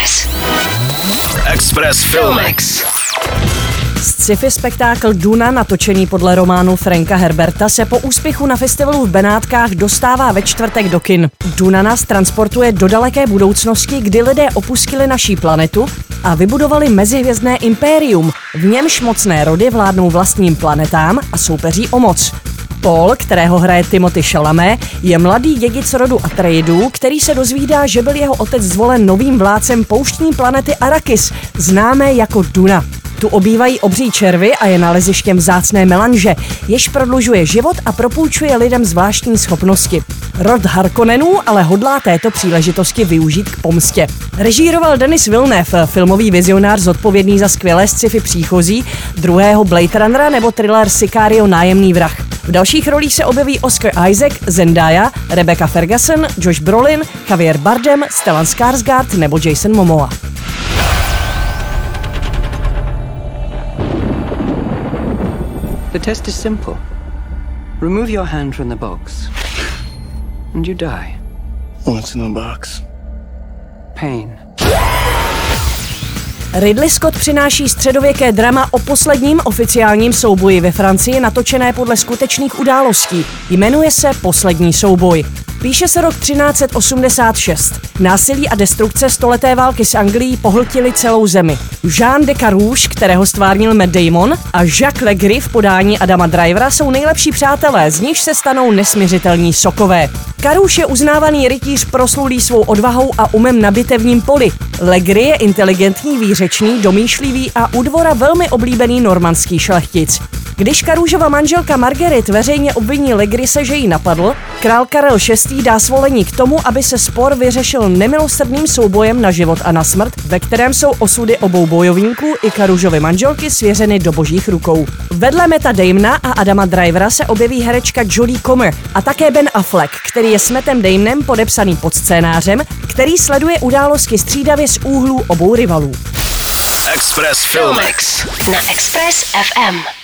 Express Filmex. Sci-fi spektákl Duna, natočený podle románu Franka Herberta, se po úspěchu na festivalu v Benátkách dostává ve čtvrtek do kin. Duna nás transportuje do daleké budoucnosti, kdy lidé opustili naší planetu a vybudovali mezihvězdné impérium, v němž mocné rody vládnou vlastním planetám a soupeří o moc. Paul, kterého hraje Timothée Chalamet, je mladý dědic rodu Atreidů, který se dozvídá, že byl jeho otec zvolen novým vládcem pouštní planety Arrakis, známé jako Duna. Tu obývají obří červy a je nalezištěm vzácné melanže, jež prodlužuje život a propůjčuje lidem zvláštní schopnosti. Rod Harkonnenů ale hodlá této příležitosti využít k pomstě. Režíroval Denis Villeneuve, filmový vizionář zodpovědný za skvělé sci-fi Příchozí, druhého Blade Runnera nebo thriller Sicario Nájemný vrah. V dalších rolích se objeví Oscar Isaac, Zendaya, Rebecca Ferguson, Josh Brolin, Javier Bardem, Stellan Skarsgård nebo Jason Momoa. The test is simple. Remove your hand from the box, and you die. What's in the box? Pain. Ridley Scott přináší středověké drama o posledním oficiálním souboji ve Francii, natočené podle skutečných událostí. Jmenuje se Poslední souboj. Píše se rok 1386. Násilí a destrukce stoleté války s Anglií pohltily celou zemi. Jean de Carouge, kterého stvárnil Matt Damon, a Jacques Legris v podání Adama Drivera jsou nejlepší přátelé, z nichž se stanou nesmiřitelní sokové. Carouge je uznávaný rytíř proslulý svou odvahou a umem na bitevním poli. Legris je inteligentní, výřečný, domýšlivý a u dvora velmi oblíbený normandský šlechtic. Když Carougeva manželka Marguerite veřejně obviní Legrise, že ji napadl, král Karel VI. Dá svolení k tomu, aby se spor vyřešil nemilosrdným soubojem na život a na smrt, ve kterém jsou osudy obou bojovníků i Carougovy manželky svěřeny do božích rukou. Vedle Matta Damona a Adama Drivera se objeví herečka Jodie Comer a také Ben Affleck, který je s Mattem Damonem podepsaný pod scénářem, který sleduje události střídavě z úhlů obou rivalů. Express Filmex na Express FM.